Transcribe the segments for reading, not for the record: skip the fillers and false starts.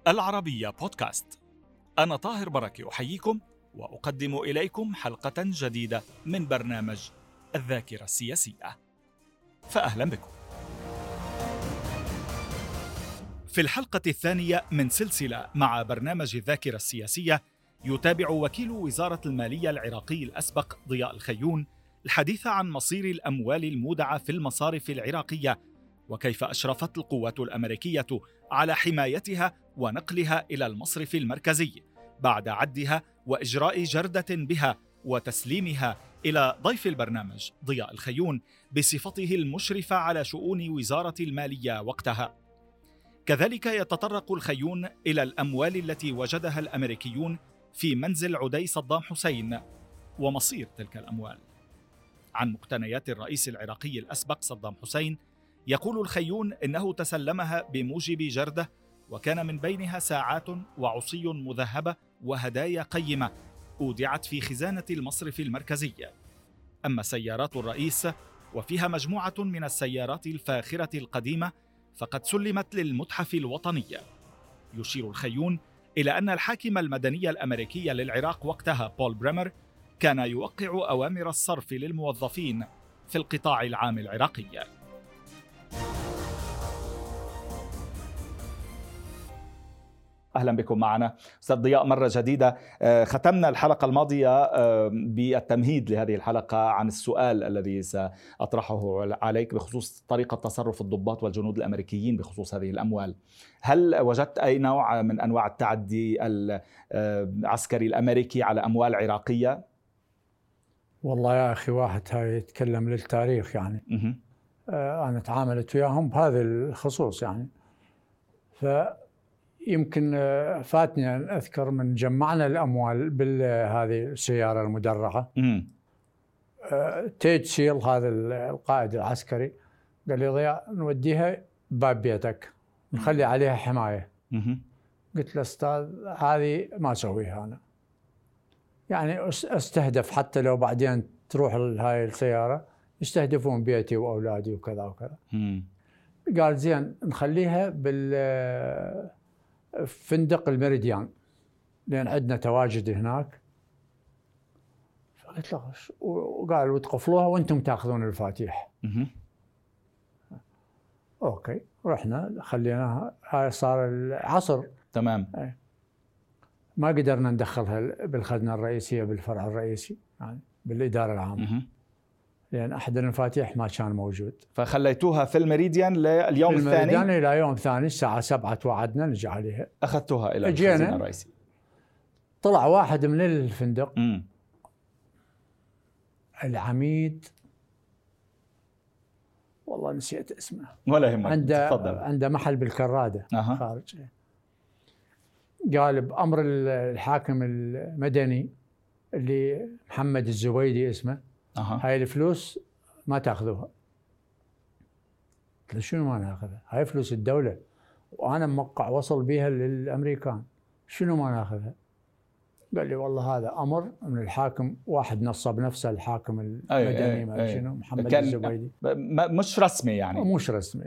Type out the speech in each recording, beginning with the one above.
العربية بودكاست. أنا طاهر بركة أحييكم وأقدم إليكم حلقة جديدة من برنامج الذاكرة السياسية، فأهلا بكم. في الحلقة الثانية من سلسلة مع برنامج الذاكرة السياسية، يتابع وكيل وزارة المالية العراقي الأسبق ضياء الخيون الحديث عن مصير الأموال المودعة في المصارف العراقية، وكيف أشرفت القوات الأمريكية على حمايتها ونقلها إلى المصرف المركزي بعد عدها وإجراء جردة بها وتسليمها إلى ضيف البرنامج ضياء الخيون بصفته المشرف على شؤون وزارة المالية وقتها. كذلك يتطرق الخيون إلى الأموال التي وجدها الأمريكيون في منزل عدي صدام حسين ومصير تلك الأموال. عن مقتنيات الرئيس العراقي الأسبق صدام حسين يقول الخيون إنه تسلمها بموجب جردة، وكان من بينها ساعات وعصي مذهبة وهدايا قيمة أودعت في خزانة المصرف المركزي. أما سيارات الرئيس وفيها مجموعة من السيارات الفاخرة القديمة فقد سلمت للمتحف الوطني. يشير الخيون إلى أن الحاكم المدني الأمريكي للعراق وقتها بول بريمر كان يوقع أوامر الصرف للموظفين في القطاع العام العراقي. أهلا بكم معنا أستاذ ضياء مرة جديدة. ختمنا الحلقة الماضية بالتمهيد لهذه الحلقة عن السؤال الذي سأطرحه عليك بخصوص طريقة تصرف الضباط والجنود الأمريكيين بخصوص هذه الأموال. هل وجدت أي نوع من أنواع التعدي العسكري الأمريكي على أموال عراقية؟ والله يا أخي، واحد هاي يتكلم للتاريخ يعني. أنا تعاملت وياهم بهذا الخصوص يعني، يمكن فاتني أن أذكر من جمعنا الأموال بهذه السيارة المدرعة. تيد سيل هذا القائد العسكري قال لي ضياء نوديها باب بيتك نخلي عليها حماية. قلت له أستاذ هذه ما أسويها أنا، يعني أستهدف حتى لو بعدين تروح هاي السيارة يستهدفون بيتي وأولادي وكذا وكذا. قال زين نخليها فندق الميريديان لأن عندنا تواجد هناك. فقلت له وقال وتقفلوها وانتم تاخذون المفاتيح. اوكي، رحنا خليناها. هاي صار العصر تمام. ما قدرنا ندخلها بالخزنة الرئيسية بالفرع الرئيسي يعني بالإدارة العامة لأن أحد المفاتيح ما كان موجود. فخليتوها في الميريديان لليوم الثاني؟ الميريديان إلى يوم ثاني الساعة 7 توعدنا نجي عليها. أخذتوها إلى الخزينة الرئيسية. طلع واحد من الفندق العميد، والله نسيت اسمه ولا يهمك، عنده محل بالكرادة خارج. قال بأمر الحاكم المدني اللي محمد الزبيدي اسمه، هاي الفلوس ما تاخذوها. قلت له شنو ما ناخذها؟ هاي فلوس الدولة وأنا موقع وصل بيها للأمريكان، شنو ما ناخذها؟ قال لي والله هذا أمر من الحاكم، واحد نصب نفسه الحاكم المدني ما شنو محمد الزبيدي، مش رسمي يعني. مش رسمي.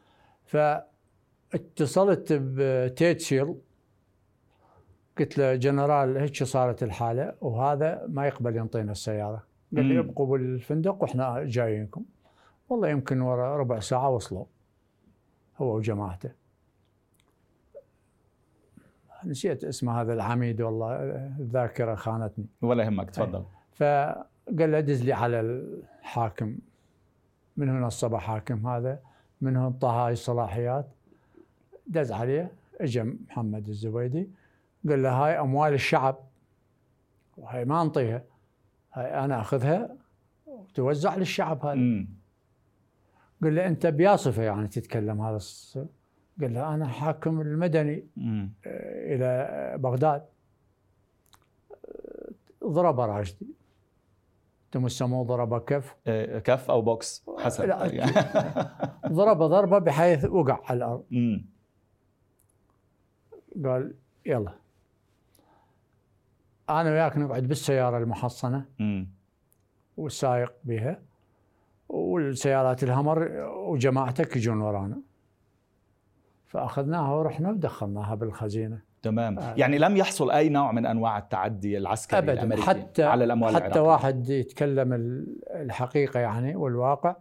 فاتصلت بتيتشيل قلت له جنرال هيك صارت الحالة وهذا ما يقبل ينطينا السيارة. قال لي ابقوا بالفندق واحنا جايينكم. والله يمكن ورا ربع ساعة وصلوا هو وجماعته. نسيت اسم هذا العميد، والله الذاكرة خانتني. ولا يهمك، تفضل. فقال له دز لي على الحاكم، من هنا الصبح حاكم هذا، من هنا انطاه هاي الصلاحيات. دز عليه، اجى محمد الزبيدي قال له هاي أموال الشعب وهي ما انطيها، هاي أنا أخذها وتوزع للشعب. هذا قال له أنت بياصفة يعني تتكلم هذا قال له أنا حاكم المدني إلى بغداد. ضرب راشدي، انتم يسموه ضربه كف أو بوكس حسب. ضرب ضربة بحيث وقع على الأرض. قال يلا أنا وياك نقعد بالسيارة المحصنة والسائق بها والسيارات الهمر وجماعتك يجون ورانا. فأخذناها ورحنا ودخلناها بالخزينة. تمام. يعني لم يحصل أي نوع من أنواع التعدي العسكري أبداً الأمريكي على الأموال حتى العراقية. واحد يتكلم الحقيقة يعني والواقع.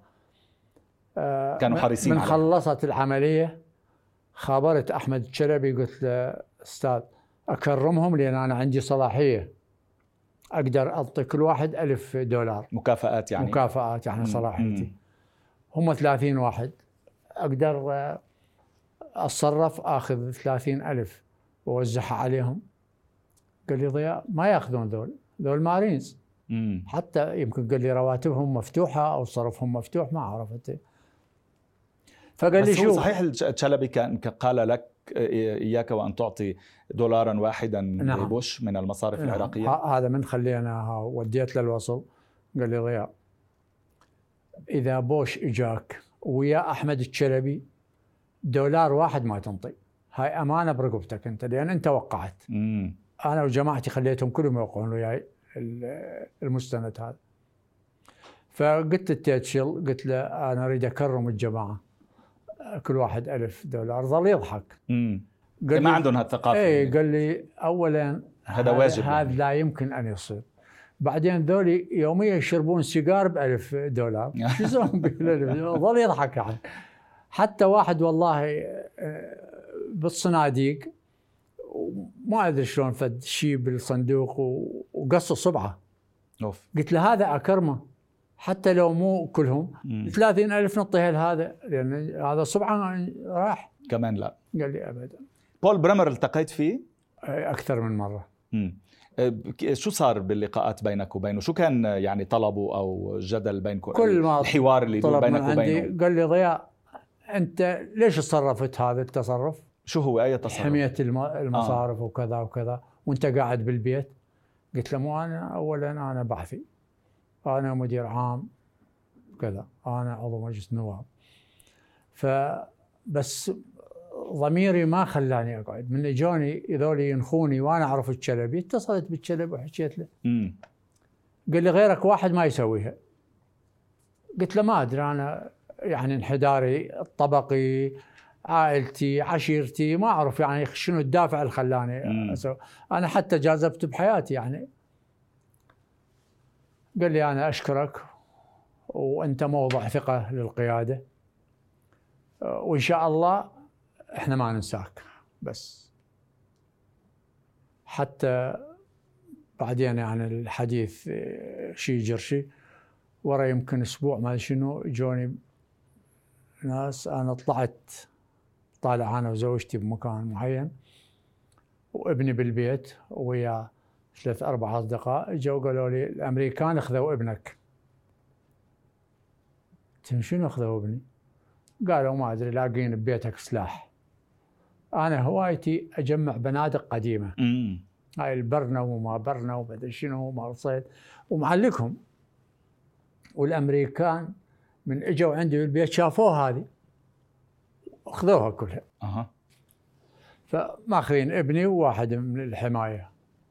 كانوا حريصين من عليها. خلصت العملية خابرت أحمد الشلبي، قلت له أستاذ أكرمهم لأن أنا عندي صلاحية أقدر أعطي كل واحد $1000 مكافآت يعني. مكافآت يعني صلاحيتي. هم 30 واحد أقدر أتصرف أخذ 30,000 ووزعها عليهم. قال لي ضياء ما يأخذون ذول مارينز. حتى يمكن قال لي رواتبهم مفتوحة أو صرفهم مفتوح، ما عرفت. فقال لي شو صحيح الشلبي كان قال لك إياك وأن تعطي $1 واحدا لبوش من المصارف العراقية. هذا من خليناها وديت له الوصل. قال لي ضياء إذا بوش إجاك ويا أحمد الشلبي $1 واحد ما تنطي، هاي أمانة برقبتك أنت، لأن أنت وقعت. أنا وجماعتي خليتهم كلهم يوقعون وياي المستند هذا. فقلت للتيتشل قلت له أنا أريد أكرم الجماعة كل واحد $1000. ظل يضحك. ما عندهم هالثقافة. إيه قال لي أولا هذا واجب، هذا لا يمكن أن يصير. بعدين ذولي يوميا يشربون سيجار $1000. شو يسوون ب$1000؟ ظل يضحك يعني. حتى واحد والله بالصناديق ما أدري شلون فد شيء بالصندوق وقص صبعه. قلت له هذا أكرمه حتى لو مو كلهم. 30,000 نعطيها لهذا لأن هذا صبعه راح. كمان لا. قال لي أبدا. بول بريمر التقيت فيه؟ أكثر من مرة. شو صار باللقاءات بينك وبينه؟ شو كان يعني طلبه أو جدل بينكم؟ كل ما الحوار اللي طلب بينك وبينه. قال لي ضياء أنت ليش تصرفت هذا التصرف؟ شو هو أي تصرف؟ حمية المصارف وكذا وكذا وأنت قاعد بالبيت. قلت له مو أنا، أولا أنا بعثي، أنا مدير عام كذا، أنا عضو مجلس نواب، فبس ضميري ما خلاني أقعد. من اجوني ذولي ينخوني وأنا أعرف الشلبي، اتصلت بالشلبي وحكيت له. قال لي غيرك واحد ما يسويها. قلت له ما أدري، أنا يعني انحداري الطبقي، عائلتي، عشيرتي، ما أعرف يعني شنو الدافع اللي خلاني أسوي. أنا حتى جازبت بحياتي يعني. قال لي أنا أشكرك وأنت موضع ثقة للقيادة، وإن شاء الله إحنا ما ننساك. بس حتى بعدين يعني الحديث شي جرشي ورا يمكن أسبوع ما شنو جوني ناس. أنا طلعت طالع أنا وزوجتي بمكان معين وابني بالبيت ويا 3-4 أصدقاء، جو قالوا لي الأمريكان أخذوا ابنك. شنو أخذوا ابني؟ قالوا ما أدري لاقين ببيتك سلاح. أنا هوايتي أجمع بنادق قديمة، هاي البرنة وما برنة ومدري شنو وما رصيد ومعلقهم. والأمريكان من اجوا عندي بالبيت شافوه هذه أخذوها كلها. فماخذين ابني وواحد من الحماية.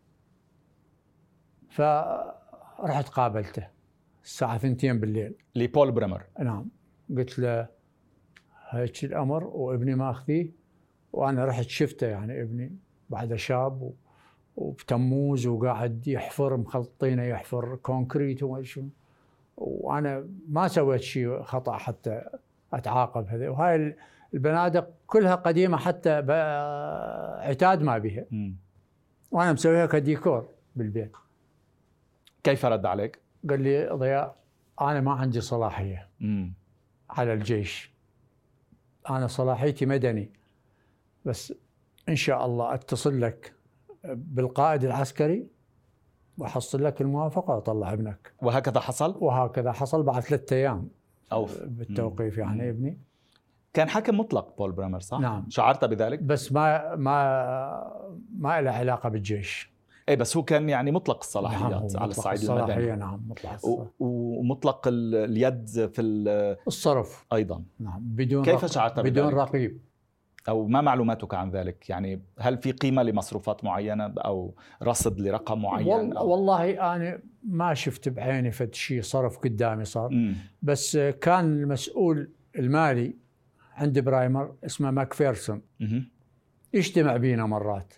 فرحت قابلته الساعة 2 بالليل لبول بريمر. نعم. قلت له هيك الأمر وابني ماخذيه، وأنا رحت شفته يعني ابني بعد شاب وبتموز وقاعد يحفر، مخلطينه يحفر كونكريت وما شنو، وأنا ما سويت شيء خطأ حتى أتعاقب هذا. وهاي البنادق كلها قديمة حتى عتاد ما بها، وأنا مسويها كديكور بالبيت. كيف رد عليك؟ قال لي ضياء أنا ما عندي صلاحية على الجيش، أنا صلاحيتي مدني، بس إن شاء الله أتصل لك بالقائد العسكري وأحصل لك الموافقة وأطلع ابنك. وهكذا حصل؟ وهكذا حصل بعد 3 أيام أوف. بالتوقيف يعني ابني. كان حاكم مطلق بول بريمر صح؟ نعم. شعرت بذلك؟ بس ما له علاقة بالجيش. اي بس هو كان يعني مطلق الصلاحيات. نعم على الصعيد المدني. نعم مطلق ومطلق اليد في الصرف ايضا. نعم بدون كيف شعرت بدون بذلك؟ رقيب. او ما معلوماتك عن ذلك؟ يعني هل في قيمة لمصروفات معينة او رصد لرقم معين؟ والله انا ما شفت بعيني فد شيء صرف قدامي صار. بس كان المسؤول المالي عند برايمر اسمه ماكفيرسون مهم. يجتمع بينا مرات،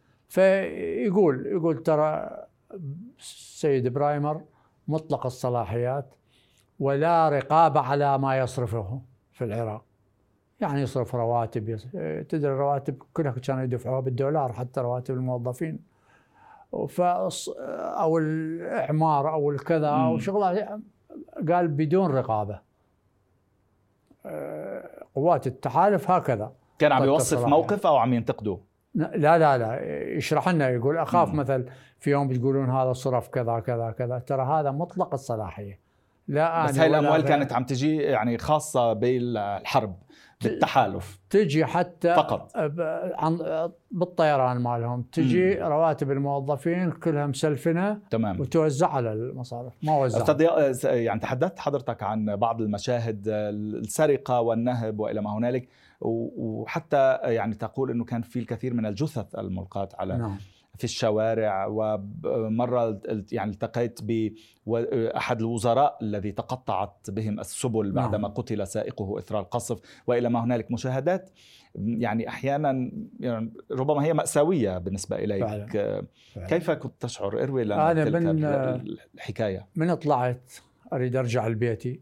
فيقول ترى السيد برايمر مطلق الصلاحيات ولا رقابة على ما يصرفه في العراق، يعني يصرف رواتب، تدري الرواتب كلها كانوا يدفعوها بالدولار حتى رواتب الموظفين، أو الإعمار أو الكذا أو شغلات، قال بدون رقابة. قوات التحالف هكذا كان عم يوصف موقف أو عم ينتقده؟ لا يشرح لنا، يقول أخاف مثل في يوم بتقولون هذا صرف كذا كذا كذا، ترى هذا مطلق الصلاحية. لا بس هاي الأموال كانت عم تجي يعني خاصة بالحرب بالتحالف، تجي حتى فقط بالطيران مالهم، تجي رواتب الموظفين كلها مسلفنة تمام وتوزع على المصارف، ما وزع. يعني تحدثت حضرتك عن بعض المشاهد السرقة والنهب وإلى ما هنالك، وحتى يعني تقول أنه كان في الكثير من الجثث الملقاة على نعم. في الشوارع. ومرة يعني التقيت بأحد الوزراء الذي تقطعت بهم السبل بعدما قتل سائقه إثر القصف وإلى ما هنالك. مشاهدات يعني أحيانا يعني ربما هي مأساوية بالنسبة إليك. فعلا. كيف كنت تشعر؟ اروي لنا تلك الحكاية. من طلعت أريد أرجع لبيتي،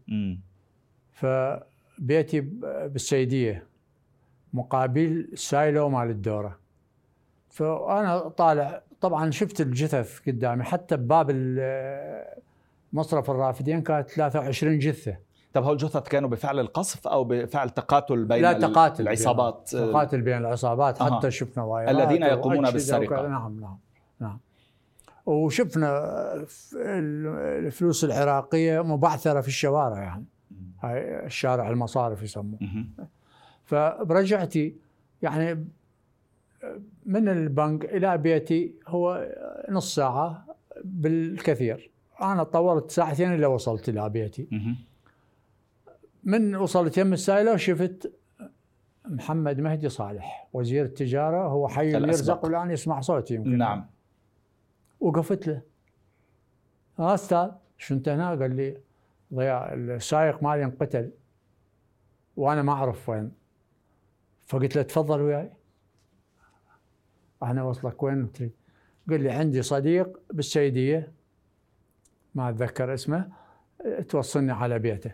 فبيتي بالسيدية مقابل سايلو مال الدورة، فأنا طالع طبعا شفت الجثث قدامي، حتى بباب مصرف الرافدين كانت 23 جثة. طب هو الجثث كانوا بفعل القصف أو بفعل تقاتل بين العصابات؟ تقاتل بين العصابات. حتى شفنا وايرات الذين يقومون بالسرقة. نعم. وشفنا الفلوس العراقية مبعثرة في الشوارع، يعني هاي الشارع المصارف يسموه. فرجعتي يعني من البنك إلى بيتي هو نص ساعة بالكثير، أنا طورت ساعتين إلا وصلت إلى بيتي. من وصلت يم السايلة شفت محمد مهدي صالح وزير التجارة، هو حي يرزق والآن يسمع صوتي يمكن. نعم. وقفت له، أستاذ شو أنت هنا؟ قال لي ضياء السائق مالي انقتل وأنا ما أعرف وين. فقلت له تفضل وياي، أنا وصلك وين تريد؟ قال لي عندي صديق بالسيدية ما أتذكر اسمه، توصلني على بيته.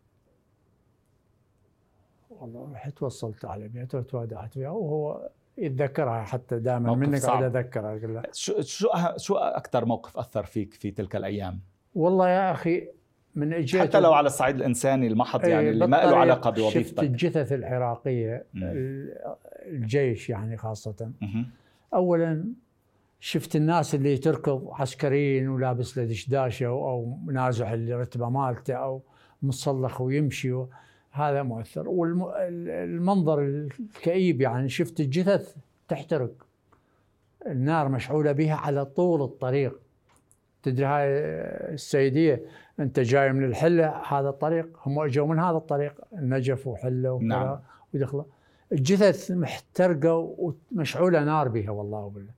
والله رحت وصلت على بيته وتوادعت وياه، وهو يتذكرها حتى دائما منك على أتذكرها. أقول له شو أكثر موقف أثر فيك في تلك الأيام؟ والله يا أخي من اجيت حتى لو على الصعيد الإنساني المحض، يعني اللي ما له علاقة بوظيفتك. شفت الجثث العراقية الجيش يعني خاصة. أولا شفت الناس اللي تركض عسكريين ولابس له دشداشة أو نازع الرتبة مالته أو مصلخ ويمشي، هذا مؤثر. والمنظر الكئيب يعني شفت الجثث تحترق، النار مشعولة بها على طول الطريق. تدري هاي السيدية أنت جاي من الحلة هذا الطريق، هم اجوا من هذا الطريق النجف وحلة وكذا. نعم. ودخلوا الجثث محترقة ومشعولة نار بها. والله بالله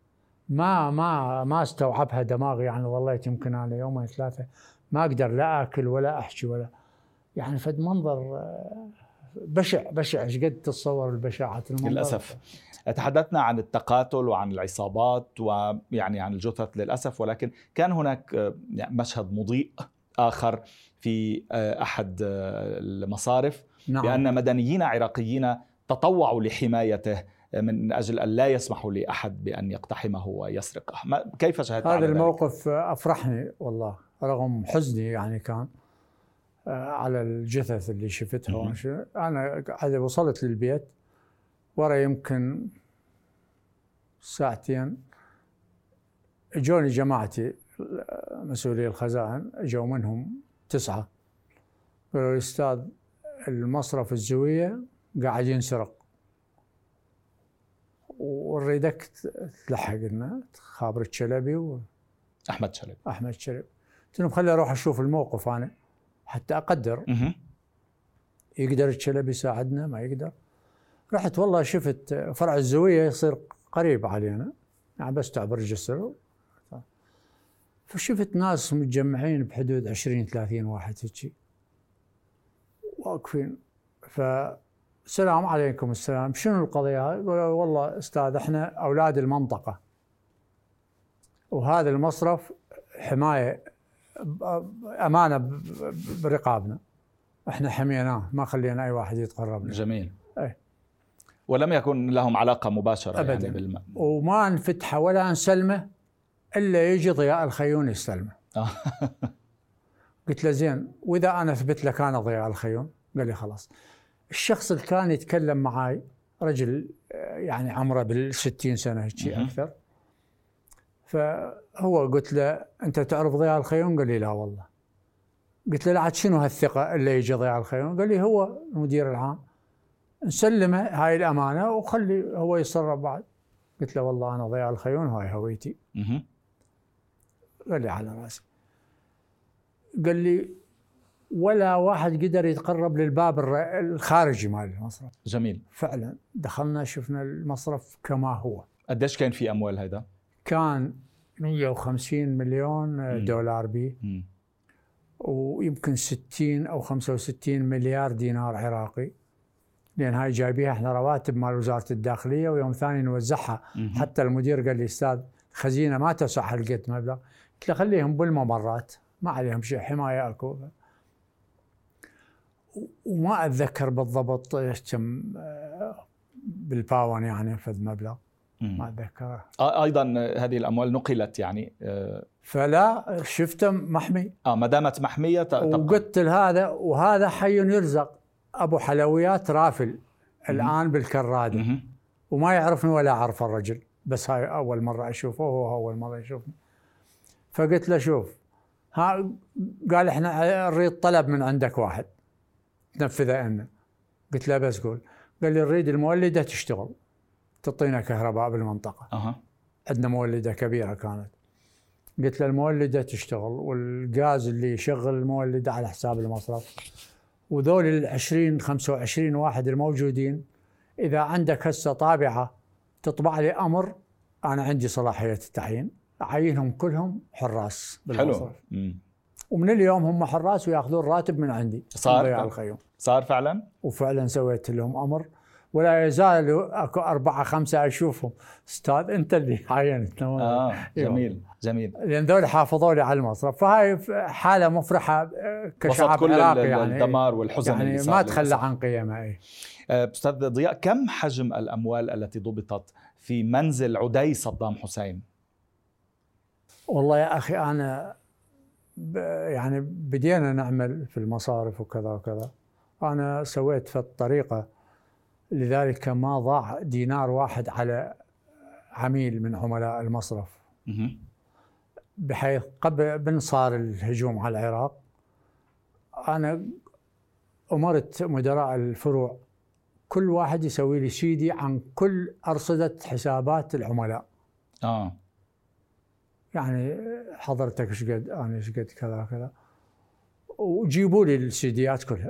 ما استوعبها دماغي، يعني والله يمكن أنا يومين ثلاثة ما أقدر لا أكل ولا أحكي ولا يعني، فد منظر بشع. ايش قد تتصور البشاعة المنظر؟ للأسف. تحدثنا عن التقاتل وعن العصابات ويعني عن الجثث للأسف، ولكن كان هناك مشهد مضيء آخر في أحد المصارف. نعم. بأن مدنيين عراقيين تطوعوا لحمايته من أجل أن لا يسمحوا لأحد بأن يقتحمه ويسرقه. كيف شاهدت هذا الموقف؟ أفرحني والله رغم حزني، يعني كان على الجثث اللي شفتها. أنا قاعد وصلت للبيت ورا يمكن ساعتين، اجوني جماعتي مسؤولي الخزائن، اجوا منهم 9 قالوا لي أستاذ المصرف الزوية قاعد ينسرق ونريدك تلحق لنا خابر الشلبي أحمد شلبي. قلت لهم خلي أروح أشوف الموقف أنا حتى أقدر يقدر الشلبي يساعدنا ما يقدر. رحت والله شفت فرع الزوية يصير قريب علينا، يعني بس تعبر الجسر، فشفت ناس متجمعين بحدود 20-30 واحد هيك واقفين. السلام عليكم السلام، شنو القضية؟ قالوا والله أستاذ إحنا أولاد المنطقة وهذا المصرف حماية أمانة برقابنا، إحنا حميناه ما خلينا أي واحد يتقرب له. جميل. أي. ولم يكن لهم علاقة مباشرة أبداً. يعني وما نفتحه ولا نسلمه إلا يجي ضياء الخيون يستلمه. قلت له زين، وإذا أنا أثبت لك أنا ضياء الخيون؟ قال لي خلاص. الشخص اللي كان يتكلم معاي رجل يعني عمره بال60 سنة شيء أكثر، فهو قلت له أنت تعرف ضياء الخيون؟ قال لي لا والله. قلت له لا شنو هالثقة اللي يجي ضياء الخيون؟ قال لي هو المدير العام، نسلمه هاي الأمانة وخلي هو يتصرف بعد. قلت له والله أنا ضياء الخيون هاي هويتي. قال لي على راسي. قال لي ولا واحد قدر يتقرب للباب الخارجي مال المصرف. جميل. فعلا دخلنا شفنا المصرف كما هو. قديش كان في أموال هيدا؟ كان 150 مليون دولار بي، ويمكن 60 أو 65 مليار دينار عراقي، لأن هاي جايبيها احنا رواتب مال وزارة الداخلية ويوم ثاني نوزعها. حتى المدير قال لي أستاذ خزينة ما تسع هالقد مبلغ. قلت له خليهم بالممرات ما عليهم شيء، حماية أكو. وما أتذكر بالضبط كم بالباون يعني في المبلغ، ما أتذكره. أيضا هذه الأموال نقلت يعني فلا شفته محمي. ما دامت محمية وقلت لهذا وهذا حي يرزق، أبو حلويات رافل الآن بالكرادة، وما يعرفني ولا أعرف الرجل، بس هاي أول مرة أشوفه وهو أول مرة يشوفني. فقلت له شوف قال إحنا نريد طلب من عندك واحد تنفذه لنا. قلت له بس قول. قال لي نريد المولدة تشتغل تعطينا كهرباء بالمنطقة. عندنا مولدة كبيرة كانت. قلت له المولدة تشتغل والغاز اللي يشغل المولدة على حساب المصرف، وذول 20-25 واحد الموجودين إذا عندك هسه طابعة تطبع لي أمر أنا عندي صلاحية التعيين أعينهم كلهم حراس بالمصرف. حلو. ومن اليوم هم حراس ويأخذون راتب من عندي. صار فعلا؟ وفعلا سويت لهم أمر، ولا يزال اكو 4-5 اشوفهم. استاذ انت اللي عينت. جميل جميل. لان ذول حافظوا لي على المصرف، فهاي حاله مفرحه كشعب كل عراقي يعني الدمار والحزن يعني اللي ما تخلى عن قيمه. استاذ ضياء، كم حجم الاموال التي ضبطت في منزل عدي صدام حسين؟ والله يا اخي انا يعني بدينا نعمل في المصارف وكذا وكذا، انا سويت في الطريقه لذلك ما ضاع دينار واحد على عميل من عملاء المصرف. بحيث قبل صار الهجوم على العراق أنا أمرت مدراء الفروع كل واحد يسوي لي سيدي عن كل أرصدة حسابات العملاء. يعني حضرتك ايش قد أنا ايش قد كذا كذا، وجيبوا لي السيديات كلها.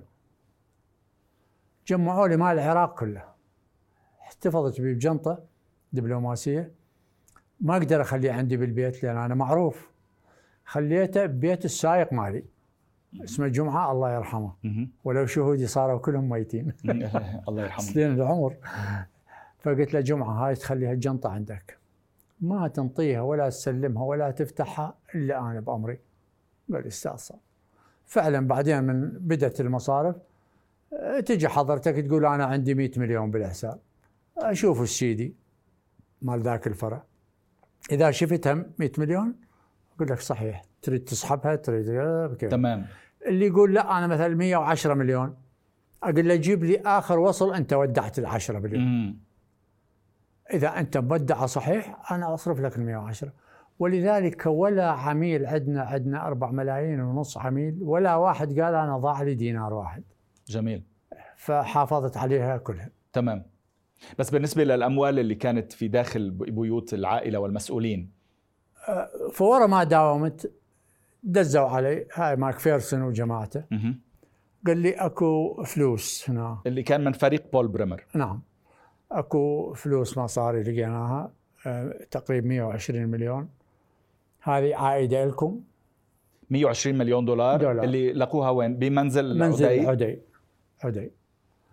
جمعوا لي مال العراق كله، احتفظت بيه بجنطة دبلوماسية، ما أقدر أخليه عندي بالبيت لأن أنا معروف. خليته ببيت السائق مالي اسمه جمعة الله يرحمه، ولو شهودي صاروا كلهم ميتين. الله يرحمه سنين العمر. فقلت له جمعة هاي تخليها الجنطة عندك، ما تنطيها ولا تسلمها ولا تفتحها إلا أنا بأمري. قال استاذ صار. فعلا بعدين من بدأت المصارف تجي حضرتك تقول أنا عندي 100 مليون بالحساب، أشوف السيدي مال ذاك الفرع، إذا شفتها 100 مليون أقول لك صحيح، تريد تسحبها تريد كيف. تمام. اللي يقول لا أنا مثلا 110 مليون أقول له جيب لي آخر وصل أنت ودعت 10 مليون. إذا أنت مودعة صحيح أنا أصرف لك 110. ولذلك ولا عميل عندنا 4 ملايين ونص عميل، ولا واحد قال أنا ضاع لي دينار واحد. جميل. فحافظت عليها كلها. تمام. بس بالنسبة للأموال اللي كانت في داخل بيوت العائلة والمسؤولين، فورا ما داومت دزوا علي هاي ماك فيرسون وجماعته. قال لي اكو فلوس هنا، اللي كان من فريق بول بريمر. نعم اكو فلوس مصاري لقيناها تقريبا 120 مليون، هذه عائدة لكم. 120 مليون دولار اللي لقوها وين؟ بمنزل منزل عدي.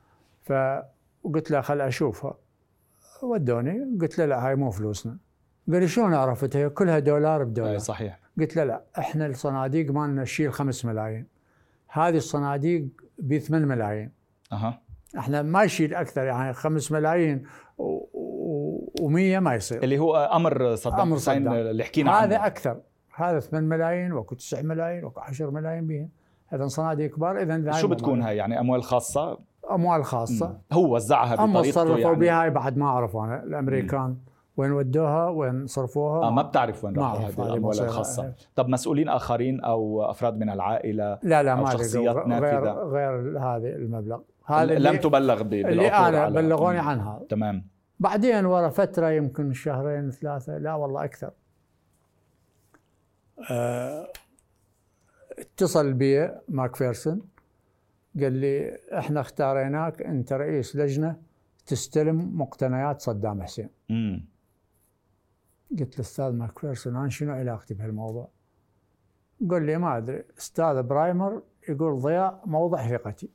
فقلت له خل اشوفها، ودوني قلت له لا هاي مو فلوسنا. قال لي شلون عرفتها؟ هي كلها دولار بدولار. صحيح. قلت له لا احنا الصناديق مالنا نشيل 5 ملايين، هذه الصناديق ب 8 ملايين. احنا ما يشيل اكثر، يعني 5 ملايين و100 ما يصير. اللي هو امر صدام حسين اللي حكينا عنه. هذا اكثر، هذا 8 ملايين وكو 9 ملايين وكو 10 ملايين بيهم، هذا صناديق كبار. اذا شو بتكون هاي؟ يعني اموال خاصه؟ اموال خاصه. هو وزعها بطريقته صرفوا يعني. بها هاي بعد ما اعرف انا الامريكان وين ودوها وين صرفوها. ما بتعرف وين راحت هذه الاموال الخاصه. طب مسؤولين اخرين او افراد من العائله؟ لا أو ما شخصيات نافذه غير هذا المبلغ. هذا لم تبلغ اللي انا بلغوني عن هذا. تمام. بعدين ورا فتره يمكن 2 3 لا والله اكثر، اتصل بي ماكفيرسون قال لي احنا اختاريناك انت رئيس لجنه تستلم مقتنيات صدام حسين. قلت له استاذ ماكفيرسون انا شنو علاقتي بهالموضوع؟ قال لي ما ادري، استاذ برايمر يقول ضياء موضع ثقتي.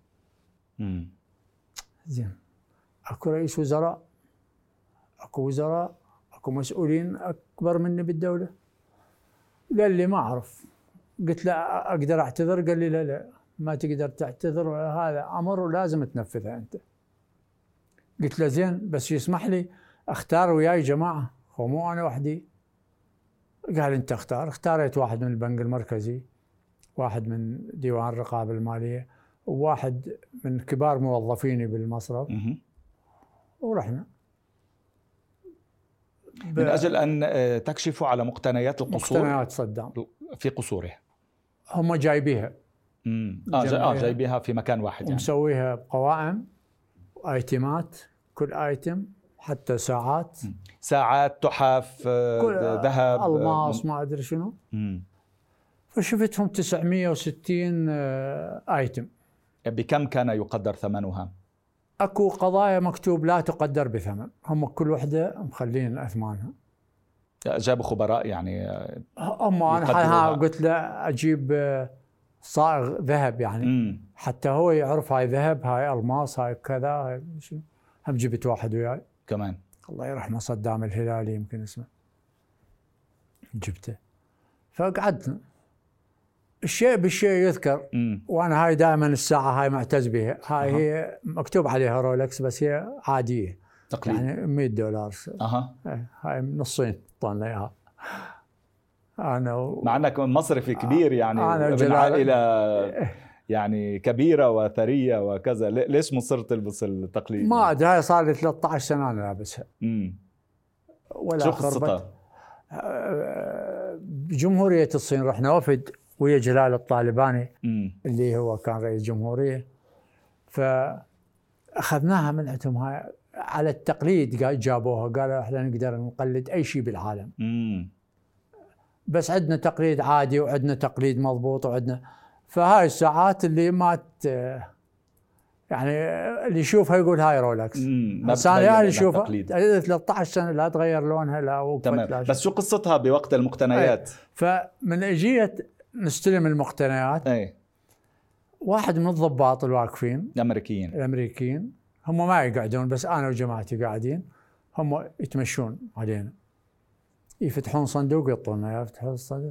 زين، اكو رئيس وزراء، اكو وزراء، اكو مسؤولين اكبر مني بالدوله. قال لي ما اعرف. قلت له اقدر اعتذر؟ قال لي لا ما تقدر تعتذر، هذا امر ولازم تنفذه انت. قلت له زين بس يسمح لي اختار وياي جماعه، هو مو انا وحدي. قال انت اختار. اختاريت واحد من البنك المركزي، واحد من ديوان الرقابه الماليه، وواحد من كبار موظفيني بالمصرف. ورحنا من اجل ان تكشفوا على مقتنيات القصور. مقتنيات صدام في قصوره هم جايبيها. جايبيها في مكان واحد يعني. ومسويها بقوائم وايتمات، كل ايتم حتى ساعات. ساعات، تحف، ذهب، الماس، ما ادري شنو. فشفتهم 960 ايتم. بكم كان يقدر ثمنها؟ اكو قضايا مكتوب لا تقدر بثمن، هم كل وحده مخلين اثمانها. جابوا خبراء يعني. هم انا قلت له اجيب صائغ ذهب يعني حتى هو يعرف هاي ذهب، هاي الماس، هاي كذا، هاي شنو. هم جبت واحد وياي كمان، الله يرحمه، صدام الهلالي يمكن اسمه، جبته. فقعدنا الشيء بالشيء يذكر. وانا هاي دائما الساعه هاي معتز بها، هاي هي مكتوب عليها رولكس بس هي عاديه تقليد، يعني $100. هاي نصين طلعنا اياها انا مع انك مصرفي كبير يعني، ابن عائله يعني كبيره وثريه وكذا، ليش مصر تلبس التقليد؟ ما ادري، هاي صار لي 13 سنه انا لابسها. ولا شو قصتها؟ بجمهوريه الصين رحنا وفد ويا جلال الطالباني اللي هو كان رئيس جمهوريه، فاخذناها من عندهم هاي على التقليد. جابوها قالوا احنا نقدر نقلد اي شيء بالعالم، بس عندنا تقليد عادي وعندنا تقليد مضبوط وعندنا. فهاي الساعات اللي ما يعني اللي يشوفها يقول هاي رولكس. بس انا اللي اشوفها 13 سنه لا تغير لونها لا وقفت لا. بس شو قصتها بوقت المقتنيات؟ فمن اجيت نستلم المقتنيات، واحد من الضباط الواقفين الامريكيين هم ما يقعدون، بس انا وجماعتي قاعدين، هم يتمشون علينا، يفتحون صندوق يعطونا، يفتحون الصندوق.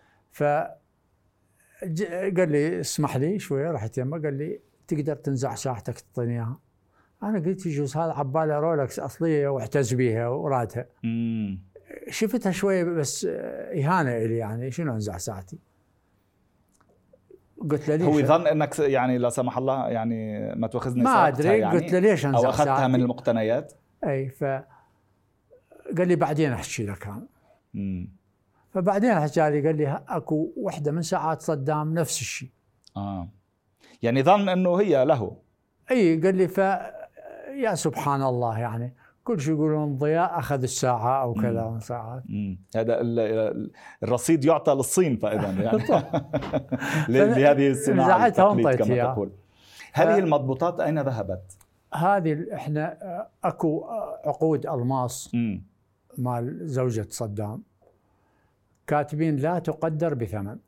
قال لي اسمح لي شويه، رحت يمه قال لي تقدر تنزع ساعتك تعطيني اياها؟ انا قلت يجوز هذا عباله رولكس اصليه واعتز بيها ورادها. شفتها شويه بس اهانه الي، يعني شنو انزع ساعتي؟ قلت له ليش؟ هو يظن انك يعني لا سمح الله يعني ما تاخذني ما ادري يعني، قلت له ليش انزع او اخذتها ساعتي من المقتنيات؟ اي قال لي بعدين احكي لك انا. فبعدين حكى لي قال لي اكو وحده من ساعات صدام نفس الشيء. يعني ظن انه هي له. اي قال لي يا سبحان الله، يعني كل شيء يقولون ضياء اخذ الساعه او كذا من ساعات. هذا الرصيد يعطى للصين فاذا يعني لهذه الصناعه التقليد كما تقول. هذه المضبوطات اين ذهبت؟ هذه احنا اكو عقود الماس مال زوجة صدام كاتبين لا تقدر بثمن.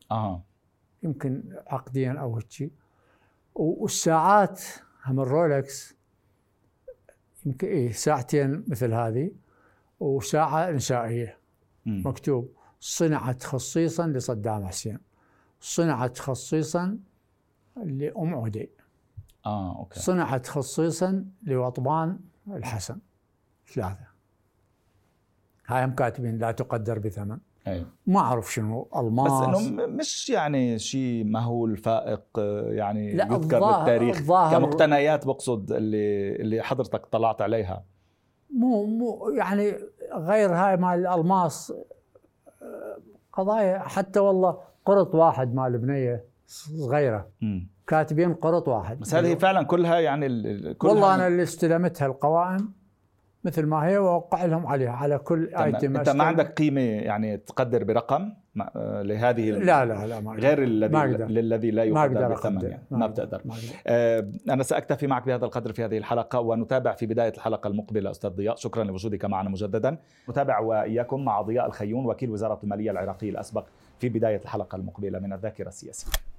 يمكن عقديا او هيك. والساعات هم الرولكس يمكن ساعتين مثل هذه، وساعة إنشائية مكتوب صنعت خصيصا لصدام حسين، صنعت خصيصا لأم عدي، أوكي. صنعت خصيصا لوطبان الحسن، 3. هاي هم كاتبين لا تقدر بثمن. أيوه. ما أعرف شنو الماس، بس إنه مش يعني شيء مهول فائق يعني لا، يذكر بالتاريخ كمقتنيات، بقصد اللي حضرتك طلعت عليها. مو يعني غير هاي مال الألماس قضايا. حتى والله قرط واحد مال بنية صغيرة كاتبين قرط واحد. بس هذه فعلا كلها يعني والله أنا اللي استلمتها القوائم مثل ما هي، ووقع لهم عليها على كل ايتم. انت ما عندك قيمه يعني تقدر برقم لهذه؟ لا ما غير الذي لا يقدر بثمن يعني. ما بتقدر. انا ساكتفي معك بهذا القدر في هذه الحلقه، ونتابع في بدايه الحلقه المقبله استاذ ضياء. شكرا لوجودك معنا مجددا. نتابع واياكم مع ضياء الخيون وكيل وزاره الماليه العراقي الاسبق في بدايه الحلقه المقبله من الذاكره السياسيه.